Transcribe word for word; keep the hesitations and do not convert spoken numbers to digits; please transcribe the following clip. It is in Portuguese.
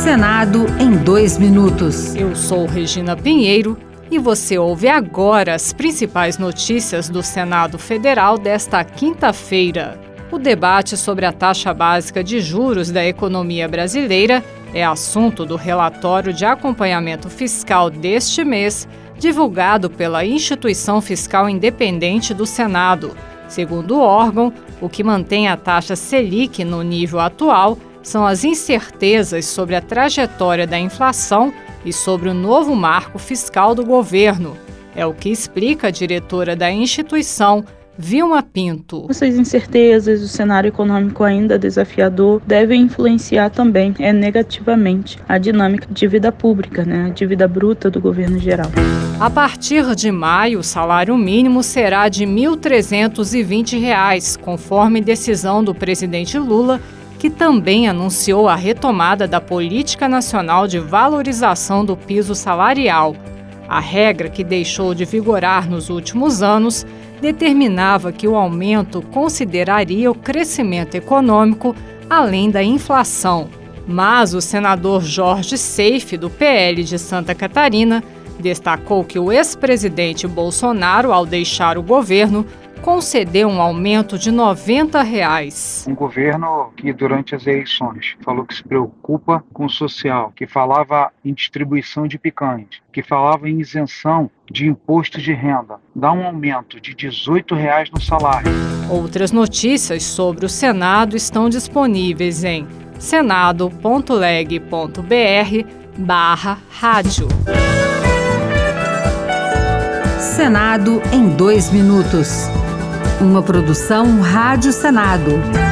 Senado em dois minutos. Eu sou Regina Pinheiro e você ouve agora as principais notícias do Senado Federal desta quinta-feira. O debate sobre a taxa básica de juros da economia brasileira é assunto do relatório de acompanhamento fiscal deste mês, divulgado pela Instituição Fiscal Independente do Senado. Segundo o órgão, o que mantém a taxa Selic no nível atual são as incertezas sobre a trajetória da inflação e sobre o novo marco fiscal do governo. É o que explica a diretora da instituição, Vilma Pinto. Essas incertezas, o cenário econômico ainda desafiador, devem influenciar também é, negativamente a dinâmica de dívida pública, né, a dívida bruta do governo geral. A partir de maio, o salário mínimo será de mil trezentos e vinte reais, conforme decisão do presidente Lula, que também anunciou a retomada da Política Nacional de Valorização do Piso Salarial. A regra, que deixou de vigorar nos últimos anos, determinava que o aumento consideraria o crescimento econômico além da inflação. Mas o senador Jorge Seife, do P L de Santa Catarina, destacou que o ex-presidente Bolsonaro, ao deixar o governo, concedeu um aumento de noventa reais. Um governo que durante as eleições falou que se preocupa com o social, que falava em distribuição de picanhas, que falava em isenção de imposto de renda, dá um aumento de dezoito reais no salário. Outras notícias sobre o Senado estão disponíveis em senado.leg.br barra rádio. Senado em dois minutos. Uma produção Rádio Senado.